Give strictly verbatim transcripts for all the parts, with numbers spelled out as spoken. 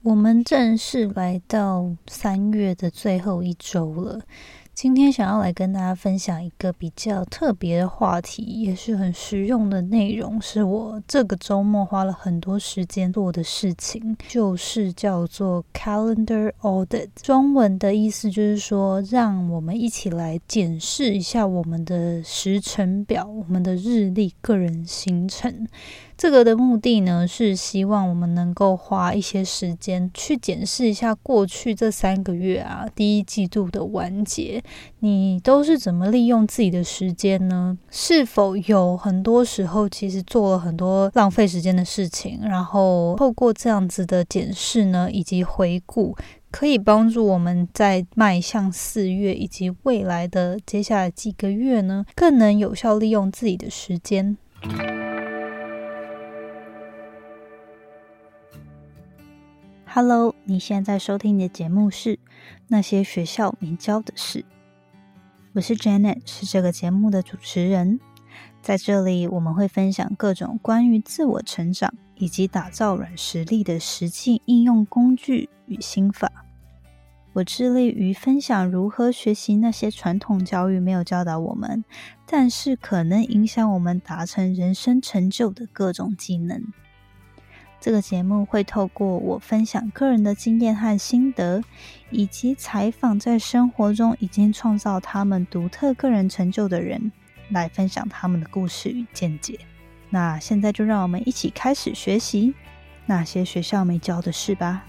我们正式来到三月的最后一周了。今天想要来跟大家分享一个比较特别的话题，也是很实用的内容，是我这个周末花了很多时间做的事情，就是叫做 Calendar Audit。 中文的意思就是说，让我们一起来检视一下我们的时程表，我们的日历、个人行程。这个的目的呢，是希望我们能够花一些时间去检视一下过去这三个月啊，第一季度的完结，你都是怎么利用自己的时间呢？是否有很多时候其实做了很多浪费时间的事情，然后透过这样子的检视呢，以及回顾，可以帮助我们在迈向四月以及未来的接下来几个月呢，更能有效利用自己的时间。Hello， 你现在收听的节目是那些学校没教的事。我是 Janet， 是这个节目的主持人。在这里，我们会分享各种关于自我成长以及打造软实力的实际应用工具与心法。我致力于分享如何学习那些传统教育没有教导我们，但是可能影响我们达成人生成就的各种技能。这个节目会透过我分享个人的经验和心得，以及采访在生活中已经创造他们独特个人成就的人，来分享他们的故事与见解。那现在就让我们一起开始学习那些学校没教的事吧。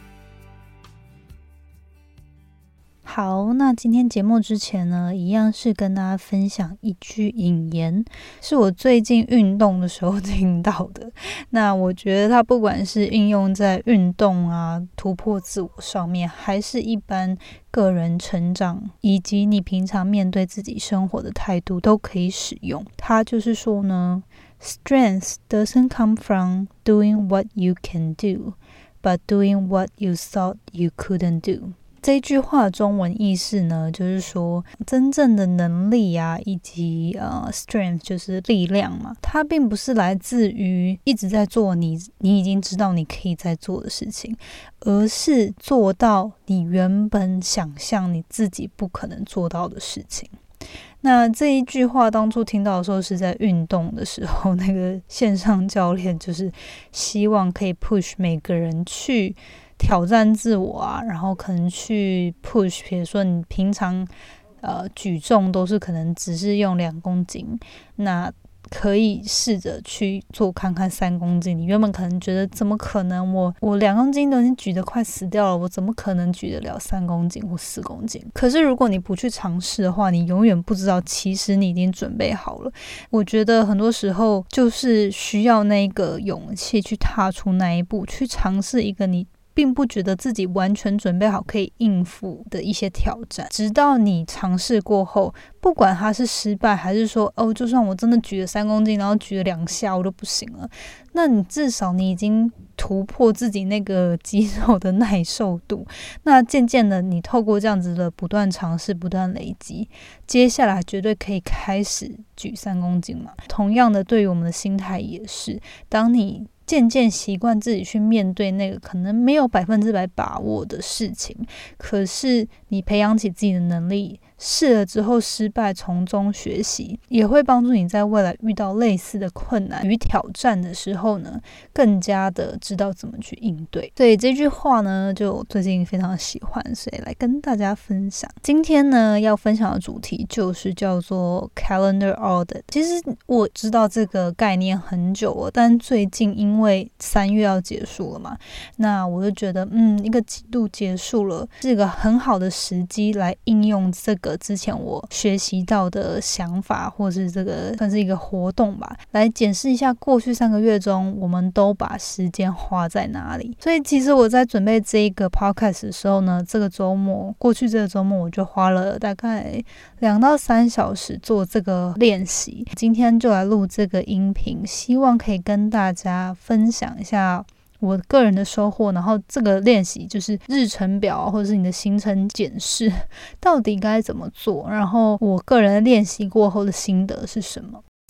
好，那今天节目之前呢，一样是跟大家分享一句引言，是我最近运动的时候听到的。那我觉得它不管是运用在运动啊、突破自我上面，还是一般个人成长，以及你平常面对自己生活的态度，都可以使用。它就是说呢， Strength doesn't come from doing what you can do, but doing what you thought you couldn't do。这句话的中文意思呢，就是说真正的能力啊，以及呃 strength 就是力量嘛，它并不是来自于一直在做你你已经知道你可以在做的事情，而是做到你原本想象你自己不可能做到的事情。那这一句话当初听到的时候是在运动的时候，那个线上教练就是希望可以 push 每个人去挑战自我啊，然后可能去 push， 比如说你平常呃举重都是可能只是用两公斤，那可以试着去做看看三公斤。你原本可能觉得怎么可能，我我两公斤都已经举得快死掉了，我怎么可能举得了三公斤或四公斤？可是如果你不去尝试的话，你永远不知道其实你已经准备好了。我觉得很多时候就是需要那个勇气去踏出那一步，去尝试一个你并不觉得自己完全准备好可以应付的一些挑战，直到你尝试过后，不管它是失败还是说哦，就算我真的举了三公斤，然后举了两下我都不行了，那你至少你已经突破自己那个肌肉的耐受度。那渐渐的，你透过这样子的不断尝试、不断累积，接下来绝对可以开始举三公斤嘛。同样的，对于我们的心态也是，当你渐渐习惯自己去面对那个可能没有百分之百把握的事情，可是你培养起自己的能力，试了之后失败，从中学习，也会帮助你在未来遇到类似的困难与挑战的时候呢，更加的知道怎么去应对。所以这句话呢，就我最近非常喜欢，所以来跟大家分享。今天呢，要分享的主题就是叫做 Calendar Audit。其实我知道这个概念很久了，但最近因为三月要结束了嘛，那我就觉得嗯，一个季度结束了，是一个很好的时机来应用这个之前我学习到的想法，或是这个算是一个活动吧，来检视一下过去三个月中我们都把时间花在哪里。所以其实我在准备这个 podcast 的时候呢，这个周末过去这个周末我就花了大概两到三小时做这个练习。今天就来录这个音频，希望可以跟大家分享一下我个人的收获，然后这个练习就是日程表或者是你的行程检视到底该怎么做，然后我个人练习过后的心得是什么。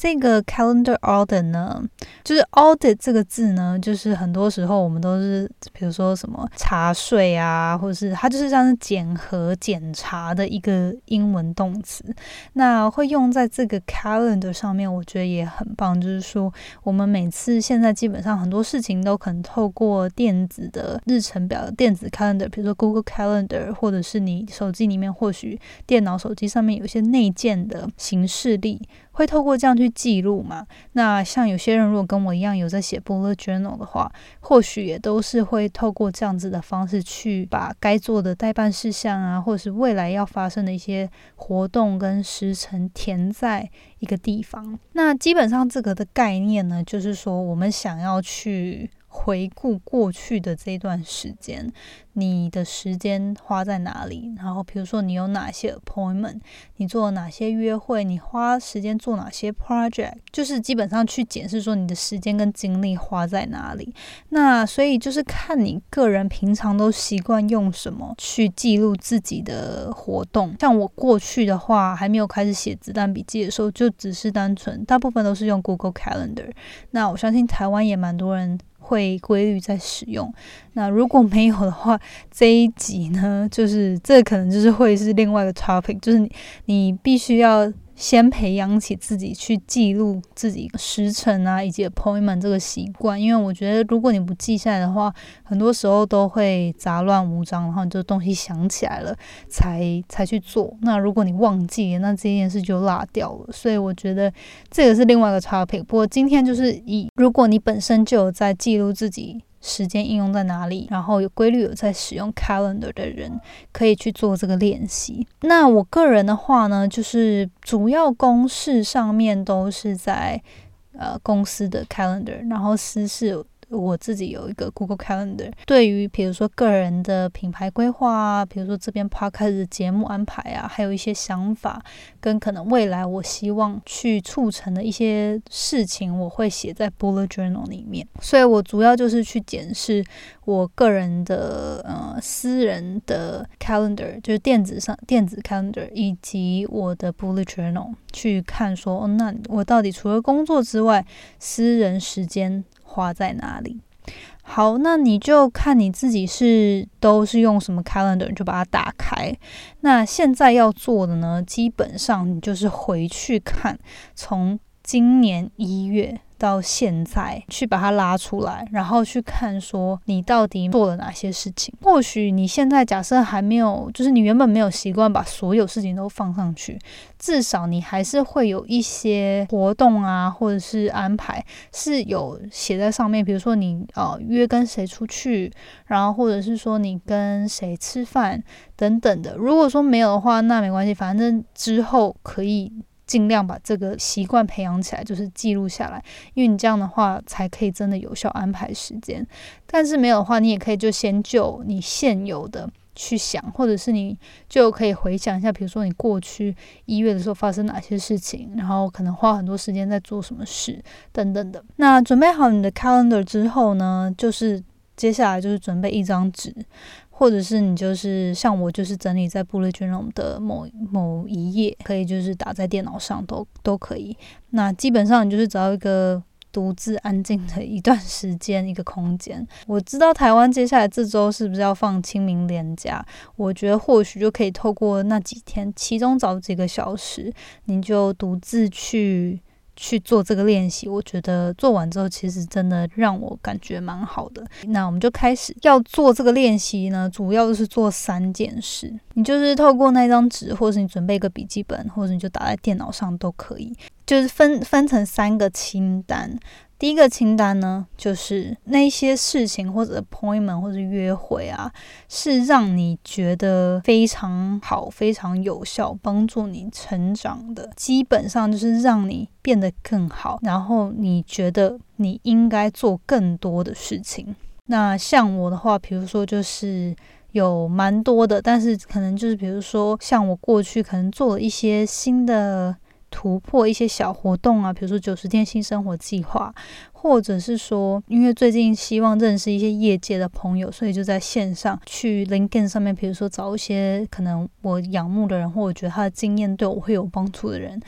这个 calendar audit 呢，就是 audit 这个字呢，就是很多时候我们都是比如说什么查税啊，或者是它就是像是检核检查的一个英文动词，那会用在这个 calendar 上面，我觉得也很棒。就是说我们每次现在基本上很多事情都可能透过电子的日程表、电子 calendar， 比如说 Google Calendar， 或者是你手机里面或许电脑手机上面有一些内建的行事历，会透过这样去记录嘛。那像有些人如果跟我一样有在写 bullet journal 的话，或许也都是会透过这样子的方式去把该做的待办事项啊，或者是未来要发生的一些活动跟时程填在一个地方。那基本上这个的概念呢，就是说我们想要去回顾过去的这段时间，你的时间花在哪里，然后比如说你有哪些 appointment， 你做了哪些约会，你花时间做哪些 project， 就是基本上去检视说你的时间跟精力花在哪里。那所以就是看你个人平常都习惯用什么去记录自己的活动。像我过去的话，还没有开始写子弹笔记的时候，就只是单纯大部分都是用 Google Calendar。那我相信台湾也蛮多人会规律在使用。那如果没有的话，这一集呢，就是这可能就是会是另外一个 topic， 就是你你必须要先培养起自己去记录自己时程啊以及 appointment 这个习惯。因为我觉得如果你不记下来的话，很多时候都会杂乱无章，然后你就东西想起来了才才去做，那如果你忘记了，那这件事就落掉了。所以我觉得这个是另外一个 topic。 不过今天就是以如果你本身就有在记录自己时间应用在哪里，然后有规律有在使用 calendar 的人，可以去做这个练习。那我个人的话呢，就是主要公事上面都是在呃公司的 calendar， 然后私事我自己有一个 Google Calendar。 对于比如说个人的品牌规划啊，比如说这边 podcast 的节目安排啊，还有一些想法跟可能未来我希望去促成的一些事情，我会写在 bullet journal 里面。所以我主要就是去检视我个人的呃私人的 calendar， 就是电子上电子 calendar 以及我的 bullet journal， 去看说、哦、那我到底除了工作之外，私人时间花在哪里。好，那你就看你自己是都是用什么 calendar， 就把它打开。那现在要做的呢，基本上你就是回去看从今年一月到现在，去把它拉出来，然后去看说你到底做了哪些事情。或许你现在假设还没有，就是你原本没有习惯把所有事情都放上去，至少你还是会有一些活动啊，或者是安排是有写在上面。比如说你呃约跟谁出去，然后或者是说你跟谁吃饭等等的。如果说没有的话，那没关系，反正之后可以尽量把这个习惯培养起来，就是记录下来，因为你这样的话才可以真的有效安排时间。但是没有的话，你也可以就先就你现有的去想，或者是你就可以回想一下，比如说你过去一月的时候发生哪些事情，然后可能花很多时间在做什么事等等的。那准备好你的 calendar 之后呢，就是接下来就是准备一张纸，或者是你就是像我就是整理在 bullet journal 的某某一页，可以就是打在电脑上都都可以。那基本上你就是找一个独自安静的一段时间，一个空间。我知道台湾接下来这周是不是要放清明连假，我觉得或许就可以透过那几天，其中找几个小时，你就独自去去做这个练习。我觉得做完之后其实真的让我感觉蛮好的。那我们就开始要做这个练习呢，主要就是做三件事。你就是透过那张纸，或者是你准备一个笔记本，或者你就打在电脑上都可以，就是分分成三个清单。第一个清单呢，就是那些事情或者 appointment 或者约会啊，是让你觉得非常好、非常有效、帮助你成长的，基本上就是让你变得更好，然后你觉得你应该做更多的事情。那像我的话，比如说就是有蛮多的，但是可能就是比如说像我过去可能做了一些新的突破，一些小活动啊，比如说九十天新生活计划，或者是说因为最近希望认识一些业界的朋友，所以就在线上去 LinkedIn 上面，比如说找一些可能我仰慕的人，或我觉得他的经验对我会有帮助的人，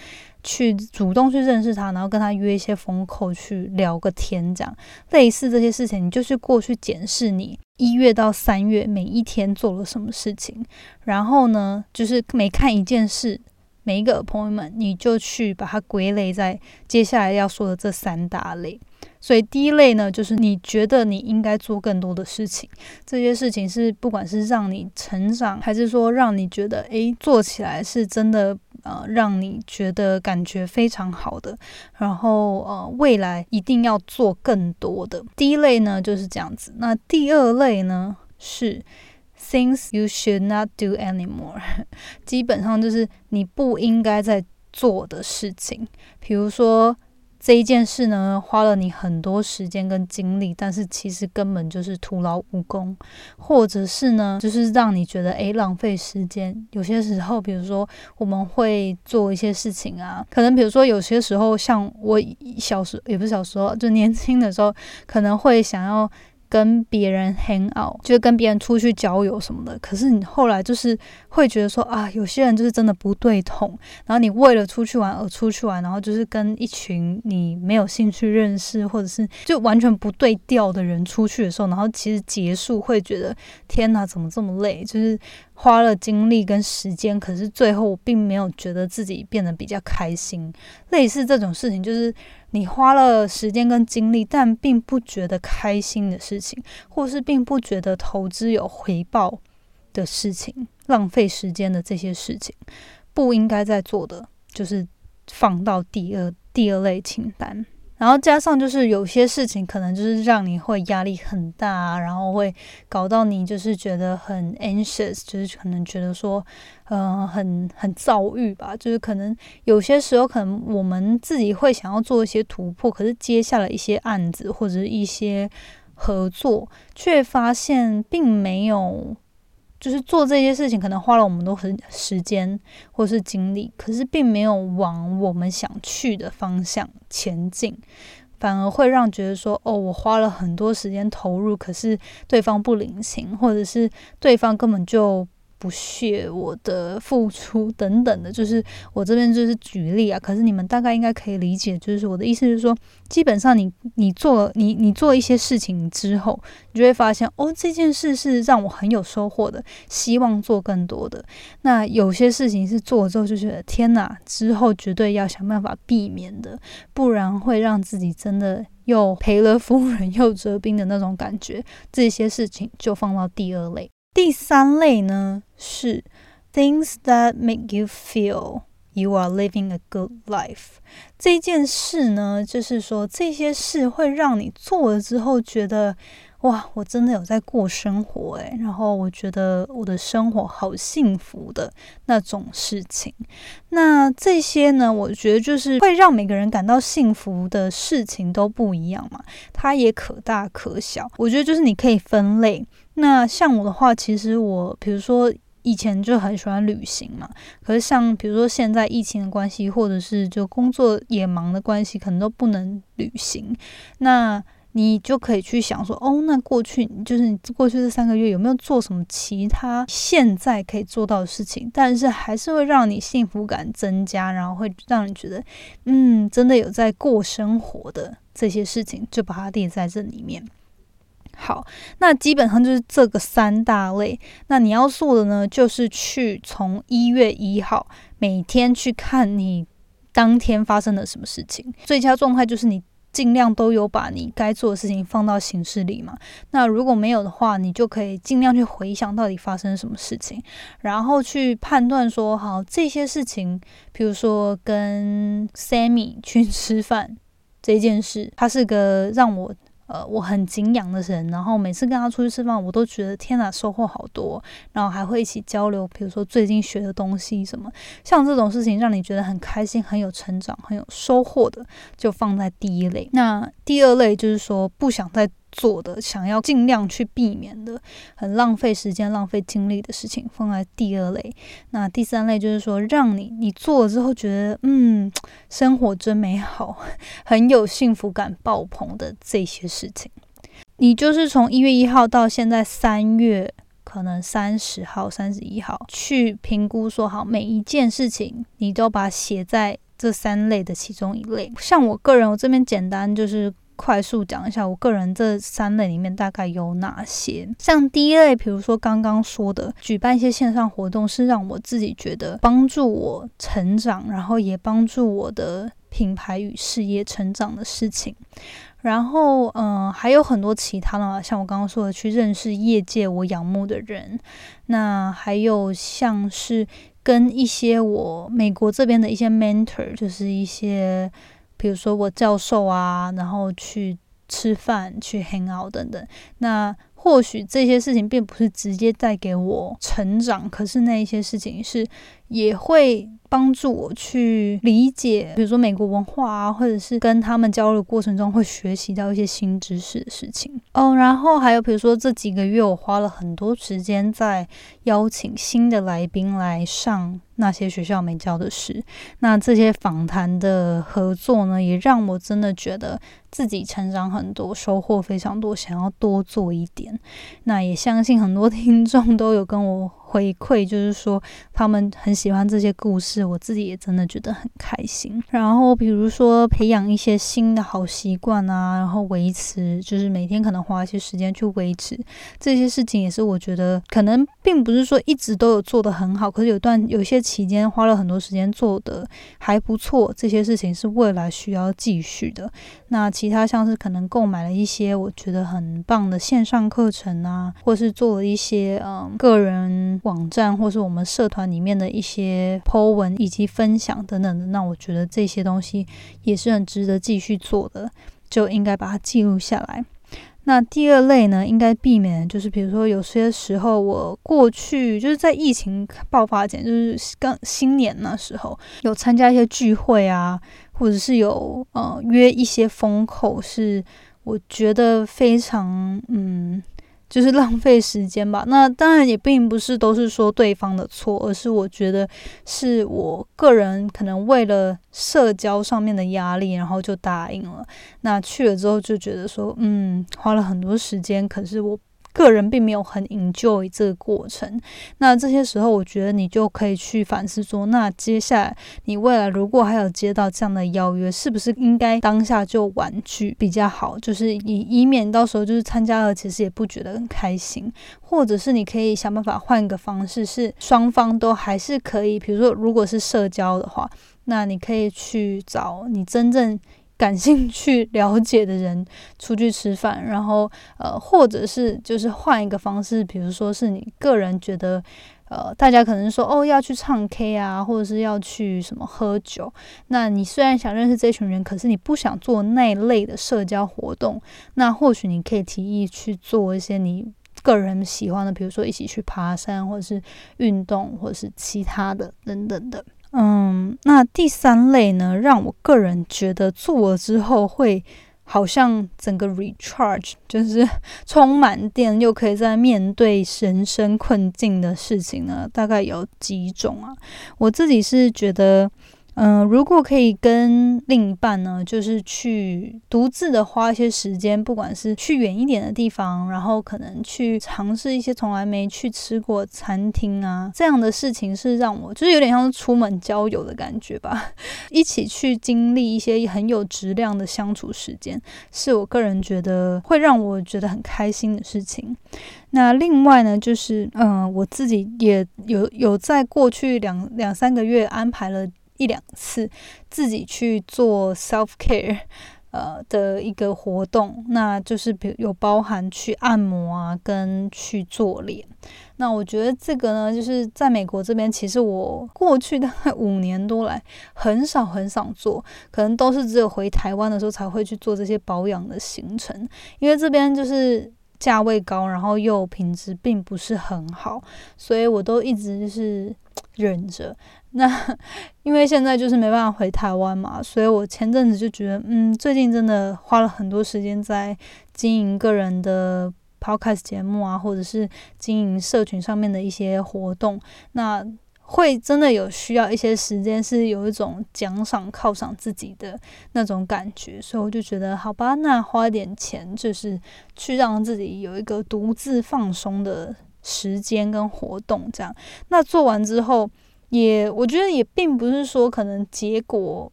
去主动去认识他，然后跟他约一些风口去聊个天，这样类似这些事情，你就去过去检视你一月到三月每一天做了什么事情，然后呢，就是每看一件事，每一个 appointment， 你就去把它归类在接下来要说的这三大类。所以第一类呢，就是你觉得你应该做更多的事情，这些事情是不管是让你成长，还是说让你觉得诶做起来是真的呃让你觉得感觉非常好的，然后呃未来一定要做更多的。第一类呢就是这样子。那第二类呢是Things you should not do anymore 基本上就是你不应该再做的事情。比如说这一件事呢花了你很多时间跟精力，但是其实根本就是徒劳无功，或者是呢就是让你觉得诶浪费时间。有些时候比如说我们会做一些事情啊，可能比如说有些时候像我小时候也不是小时候，就年轻的时候可能会想要跟别人 hang out， 就是跟别人出去交友什么的，可是你后来就是会觉得说啊，有些人就是真的不对痛，然后你为了出去玩而出去玩，然后就是跟一群你没有兴趣认识或者是就完全不对调的人出去的时候，然后其实结束会觉得天哪怎么这么累，就是花了精力跟时间，可是最后我并没有觉得自己变得比较开心。类似这种事情就是你花了时间跟精力但并不觉得开心的事情，或是并不觉得投资有回报的事情，浪费时间的这些事情，不应该再做的就是放到第二第二类清单。然后加上就是有些事情可能就是让你会压力很大啊，然后会搞到你就是觉得很 anxious， 就是可能觉得说呃很很躁郁吧，就是可能有些时候可能我们自己会想要做一些突破，可是接下了一些案子或者是一些合作，却发现并没有就是做这些事情可能花了我们多时间或是精力，可是并没有往我们想去的方向前进，反而会让觉得说哦，我花了很多时间投入，可是对方不领情，或者是对方根本就不屑我的付出等等的。就是我这边就是举例啊，可是你们大概应该可以理解，就是我的意思是说，基本上你你做了你你做一些事情之后，你就会发现哦，这件事是让我很有收获的，希望做更多的。那有些事情是做了之后就觉得天哪，之后绝对要想办法避免的，不然会让自己真的又赔了夫人又折兵的那种感觉。这些事情就放到第二类。第三类呢是 Things that make you feel you are living a good life。 这件事呢就是说这些事会让你做了之后觉得哇，我真的有在过生活诶，然后我觉得我的生活好幸福的那种事情。那这些呢我觉得就是会让每个人感到幸福的事情都不一样嘛，它也可大可小。我觉得就是你可以分类。那像我的话，其实我比如说以前就很喜欢旅行嘛，可是像比如说现在疫情的关系，或者是就工作也忙的关系，可能都不能旅行。那你就可以去想说哦，那过去就是你过去这三个月有没有做什么其他现在可以做到的事情，但是还是会让你幸福感增加，然后会让你觉得嗯真的有在过生活的这些事情，就把它列在这里面。好，那基本上就是这个三大类。那你要做的呢，就是去从一月一号每天去看你当天发生了什么事情。最佳状态就是你尽量都有把你该做的事情放到行事历嘛。那如果没有的话，你就可以尽量去回想到底发生什么事情，然后去判断说好这些事情，比如说跟 Sammy 去吃饭这件事，他是个让我呃，我很敬仰的人，然后每次跟他出去吃饭，我都觉得天哪，收获好多，然后还会一起交流，比如说最近学的东西什么，像这种事情让你觉得很开心、很有成长、很有收获的，就放在第一类。那第二类就是说不想再做的，想要尽量去避免的，很浪费时间、浪费精力的事情，放在第二类。那第三类就是说，让你你做了之后觉得，嗯，生活真美好，很有幸福感爆棚的这些事情。你就是从一月一号到现在三月，可能三十号、三十一号去评估说好每一件事情，你都把它写在这三类的其中一类。像我个人，我这边简单就是快速讲一下我个人这三类里面大概有哪些。像第一类，比如说刚刚说的举办一些线上活动，是让我自己觉得帮助我成长，然后也帮助我的品牌与事业成长的事情。然后嗯、呃，还有很多其他的，像我刚刚说的去认识业界我仰慕的人，那还有像是跟一些我美国这边的一些 mentor， 就是一些比如说我教授啊，然后去吃饭去 hang out 等等。那或许这些事情并不是直接带给我成长，可是那一些事情是也会帮助我去理解比如说美国文化啊，或者是跟他们交流的过程中会学习到一些新知识的事情哦。然后还有比如说这几个月我花了很多时间在邀请新的来宾来上那些学校没教的事，那这些访谈的合作呢，也让我真的觉得自己成长很多，收获非常多，想要多做一点。那也相信很多听众都有跟我回馈，就是说他们很喜欢这些故事，我自己也真的觉得很开心。然后比如说培养一些新的好习惯啊，然后维持，就是每天可能花一些时间去维持这些事情，也是我觉得可能并不是说一直都有做得很好，可是有段有些期间花了很多时间做的还不错，这些事情是未来需要继续的。那其他像是可能购买了一些我觉得很棒的线上课程啊，或是做了一些嗯个人网站，或是我们社团里面的一些 po 文以及分享等等的，那我觉得这些东西也是很值得继续做的，就应该把它记录下来。那第二类呢，应该避免就是比如说有些时候我过去就是在疫情爆发前，就是刚新年那时候有参加一些聚会啊，或者是有呃约一些风口，是我觉得非常嗯就是浪费时间吧。那当然也并不是都是说对方的错，而是我觉得是我个人可能为了社交上面的压力，然后就答应了。那去了之后就觉得说嗯花了很多时间，可是我个人并没有很 enjoy 这个过程。那这些时候我觉得你就可以去反思说，那接下来你未来如果还有接到这样的邀约，是不是应该当下就婉拒比较好，就是以以免到时候就是参加了其实也不觉得很开心。或者是你可以想办法换一个方式，是双方都还是可以，比如说如果是社交的话，那你可以去找你真正感兴趣了解的人出去吃饭，然后呃，或者是就是换一个方式，比如说是你个人觉得呃，大家可能说哦要去唱 K 啊，或者是要去什么喝酒，那你虽然想认识这群人，可是你不想做那一类的社交活动，那或许你可以提议去做一些你个人喜欢的，比如说一起去爬山，或者是运动，或者是其他的等等的。嗯，那第三类呢，让我个人觉得做了之后会好像整个 recharge， 就是充满电，又可以在面对人生困境的事情呢，大概有几种啊。我自己是觉得嗯、呃，如果可以跟另一半呢，就是去独自的花一些时间，不管是去远一点的地方，然后可能去尝试一些从来没去吃过餐厅啊，这样的事情是让我就是有点像是出门郊游的感觉吧，一起去经历一些很有质量的相处时间，是我个人觉得会让我觉得很开心的事情。那另外呢，就是嗯、呃，我自己也有有在过去两两三个月安排了一两次自己去做 self care 呃的一个活动，那就是比有包含去按摩啊，跟去做脸。那我觉得这个呢，就是在美国这边，其实我过去大概五年多来很少很少做，可能都是只有回台湾的时候才会去做这些保养的行程，因为这边就是价位高，然后又品质并不是很好，所以我都一直就是忍着。那因为现在就是没办法回台湾嘛，所以我前阵子就觉得嗯，最近真的花了很多时间在经营个人的 podcast 节目啊，或者是经营社群上面的一些活动，那会真的有需要一些时间，是有一种奖赏犒赏自己的那种感觉，所以我就觉得好吧，那花一点钱就是去让自己有一个独自放松的时间跟活动这样。那做完之后也我觉得也并不是说可能结果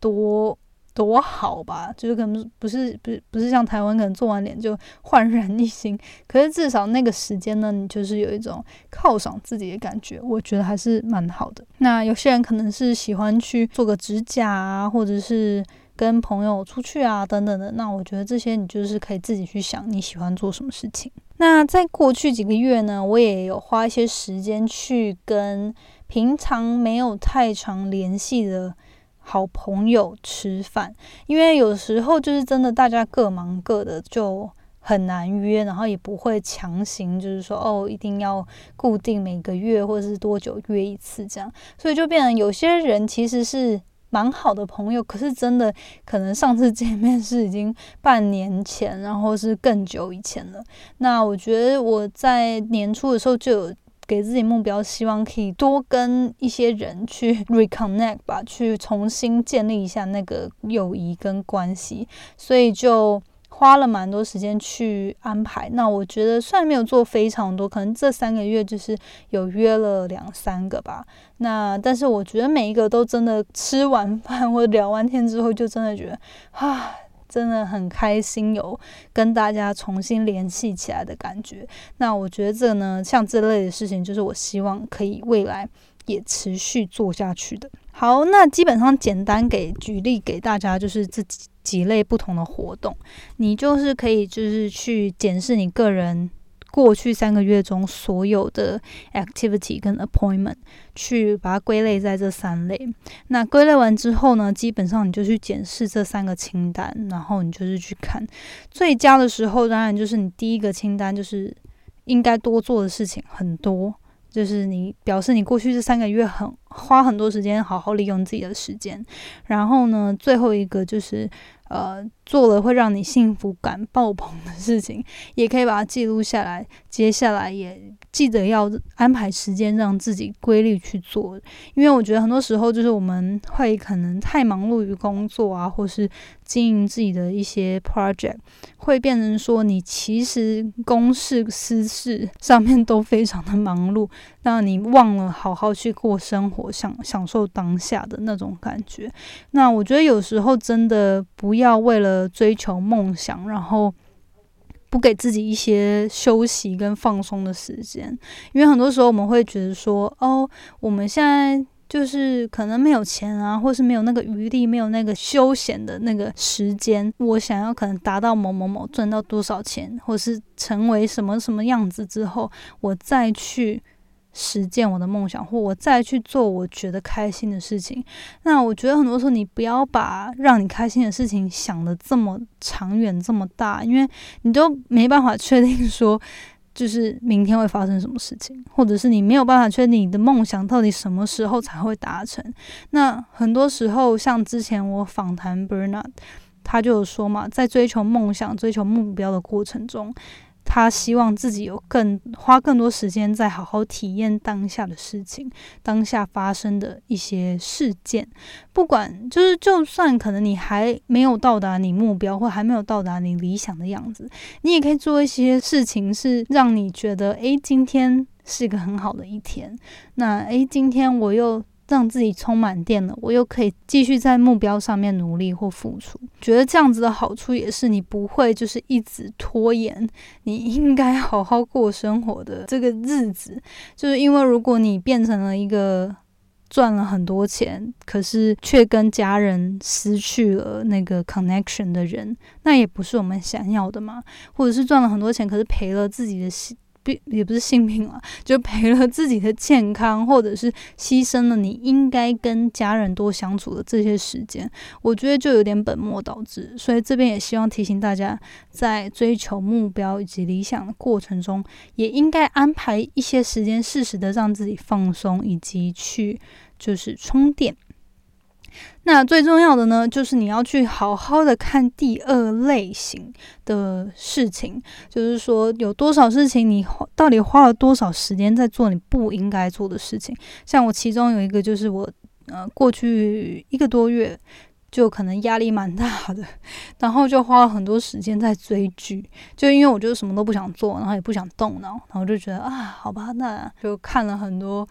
多多好吧，就是可能不是不是不是像台湾可能做完脸就焕然一新，可是至少那个时间呢，你就是有一种犒赏自己的感觉，我觉得还是蛮好的。那有些人可能是喜欢去做个指甲啊，或者是跟朋友出去啊等等的，那我觉得这些你就是可以自己去想你喜欢做什么事情。那在过去几个月呢，我也有花一些时间去跟平常没有太常联系的好朋友吃饭，因为有时候就是真的大家各忙各的，就很难约，然后也不会强行就是说哦一定要固定每个月或者是多久约一次这样，所以就变成有些人其实是蛮好的朋友，可是真的可能上次见面是已经半年前，然后是更久以前了。那我觉得我在年初的时候就有给自己目标，希望可以多跟一些人去 reconnect 吧，去重新建立一下那个友谊跟关系，所以就花了蛮多时间去安排。那我觉得虽然没有做非常多，可能这三个月就是有约了两三个吧，那但是我觉得每一个都真的吃完饭或者聊完天之后，就真的觉得啊真的很开心，有跟大家重新联系起来的感觉。那我觉得这个呢，像这类的事情，就是我希望可以未来也持续做下去的。好，那基本上简单给举例给大家，就是这几几类不同的活动，你就是可以就是去检视你个人过去三个月中所有的 activity 跟 appointment， 去把它归类在这三类。那归类完之后呢，基本上你就去检视这三个清单，然后你就是去看最佳的时候，当然就是你第一个清单就是应该多做的事情很多，就是你表示你过去这三个月很花很多时间好好利用自己的时间。然后呢，最后一个就是呃做了会让你幸福感爆棚的事情，也可以把它记录下来。接下来也记得要安排时间让自己规律去做，因为我觉得很多时候就是我们会可能太忙碌于工作啊，或是经营自己的一些 project， 会变成说你其实公事私事上面都非常的忙碌，让你忘了好好去过生活，享享受当下的那种感觉。那我觉得有时候真的不要为了追求梦想，然后不给自己一些休息跟放松的时间。因为很多时候我们会觉得说，哦，我们现在就是可能没有钱啊，或是没有那个余力，没有那个休闲的那个时间，我想要可能达到某某某，赚到多少钱，或是成为什么什么样子之后，我再去实践我的梦想，或我再去做我觉得开心的事情。那我觉得很多时候你不要把让你开心的事情想得这么长远这么大，因为你都没办法确定说就是明天会发生什么事情，或者是你没有办法确定你的梦想到底什么时候才会达成。那很多时候像之前我访谈 Bernard， 他就有说嘛，在追求梦想追求目标的过程中，他希望自己有更花更多时间在好好体验当下的事情，当下发生的一些事件。不管就是就算可能你还没有到达你目标，或还没有到达你理想的样子，你也可以做一些事情是让你觉得诶今天是一个很好的一天，那诶今天我又让自己充满电了，我又可以继续在目标上面努力或付出。觉得这样子的好处也是你不会就是一直拖延你应该好好过生活的这个日子，就是因为如果你变成了一个赚了很多钱，可是却跟家人失去了那个 connection 的人，那也不是我们想要的嘛。或者是赚了很多钱，可是赔了自己的也不是性命了，就赔了自己的健康，或者是牺牲了你应该跟家人多相处的这些时间，我觉得就有点本末倒置。所以这边也希望提醒大家，在追求目标以及理想的过程中，也应该安排一些时间，适时的让自己放松，以及去就是充电。那最重要的呢，就是你要去好好的看第二类型的事情，就是说有多少事情你到底花了多少时间在做你不应该做的事情。像我其中有一个就是我呃过去一个多月就可能压力蛮大的，然后就花了很多时间在追剧，就因为我就什么都不想做，然后也不想动脑，然后就觉得啊好吧，那就看了很多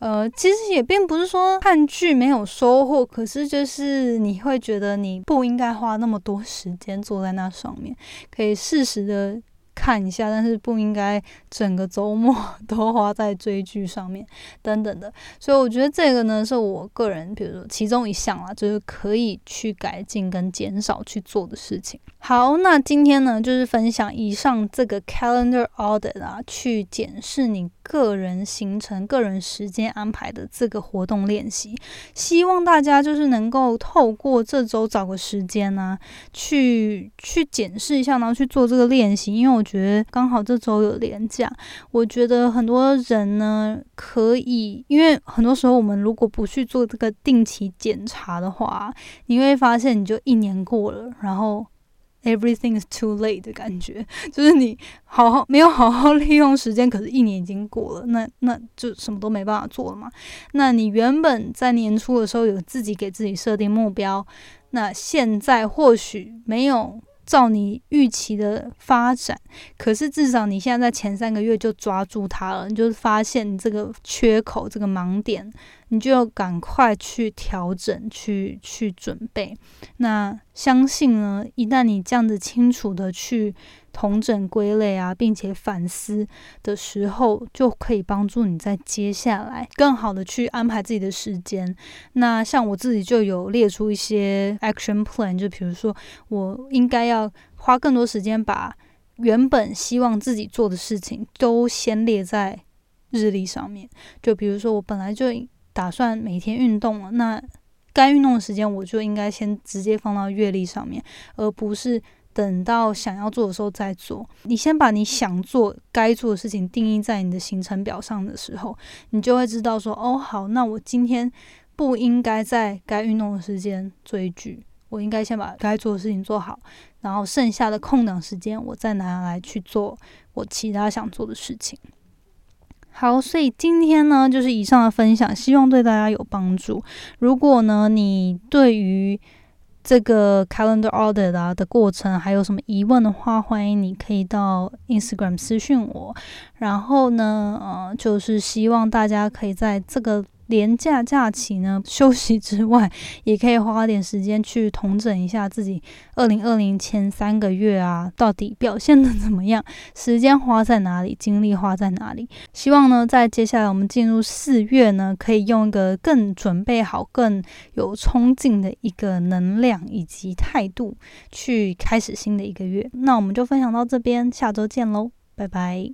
呃，其实也并不是说看剧没有收获，可是就是你会觉得你不应该花那么多时间坐在那上面，可以适时的看一下，但是不应该整个周末都花在追剧上面等等的。所以我觉得这个呢是我个人比如说其中一项啦，就是可以去改进跟减少去做的事情。好，那今天呢就是分享以上这个 calendar audit 啊，去检视你个人行程、个人时间安排的这个活动练习。希望大家就是能够透过这周找个时间啊，去去检视一下，然后去做这个练习。因为我觉得刚好这周有连假，我觉得很多人呢可以，因为很多时候我们如果不去做这个定期检查的话，你会发现你就一年过了，然后Everything is too late 的感觉，就是你好好没有好好利用时间，可是一年已经过了，那那就什么都没办法做了嘛。那你原本在年初的时候有自己给自己设定目标，那现在或许没有照你预期的发展，可是至少你现在在前三个月就抓住它了，你就发现这个缺口、这个盲点，你就要赶快去调整、去去准备。那相信呢，一旦你这样子清楚的去统整归类啊，并且反思的时候，就可以帮助你在接下来更好的去安排自己的时间。那像我自己就有列出一些 action plan， 就比如说我应该要花更多时间把原本希望自己做的事情都先列在日历上面。就比如说我本来就打算每天运动了，那该运动的时间我就应该先直接放到月历上面，而不是等到想要做的时候再做。你先把你想做该做的事情定义在你的行程表上的时候，你就会知道说，哦好，那我今天不应该在该运动的时间追剧，我应该先把该做的事情做好，然后剩下的空档时间我再拿来去做我其他想做的事情。好，所以今天呢就是以上的分享，希望对大家有帮助。如果呢你对于这个 calendar audit 啊的过程还有什么疑问的话，欢迎你可以到 Instagram 私讯我。然后呢呃，就是希望大家可以在这个连假假期呢休息之外，也可以花点时间去统整一下自己二零二零前三个月啊到底表现得怎么样，时间花在哪里，精力花在哪里。希望呢在接下来我们进入四月呢，可以用一个更准备好、更有冲劲的一个能量以及态度去开始新的一个月。那我们就分享到这边，下周见咯，拜拜。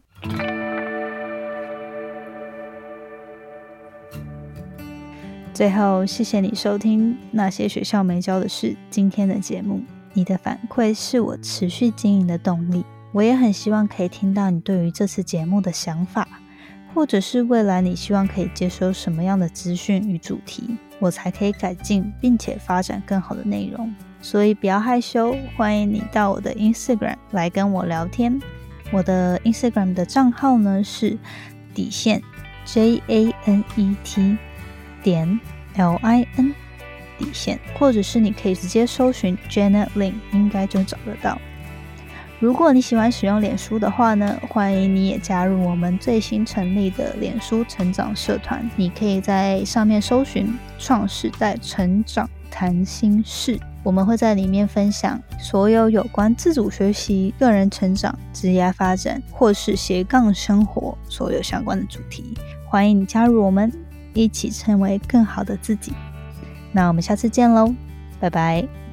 最后，谢谢你收听那些学校没教的事今天的节目。你的反馈是我持续经营的动力。我也很希望可以听到你对于这次节目的想法，或者是未来你希望可以接收什么样的资讯与主题，我才可以改进并且发展更好的内容。所以不要害羞，欢迎你到我的 Instagram 来跟我聊天。我的 Instagram 的账号呢是底线 J A N E T 点 L I N 底线，或者是你可以直接搜寻 Janet Lin 应该就找得到。如果你喜欢使用脸书的话呢，欢迎你也加入我们最新成立的脸书成长社团，你可以在上面搜寻创时代成长谈心事，我们会在里面分享所有有关自主学习、个人成长、职业发展或是斜杠生活所有相关的主题。欢迎你加入我们，一起成为更好的自己。那我们下次见咯，拜拜。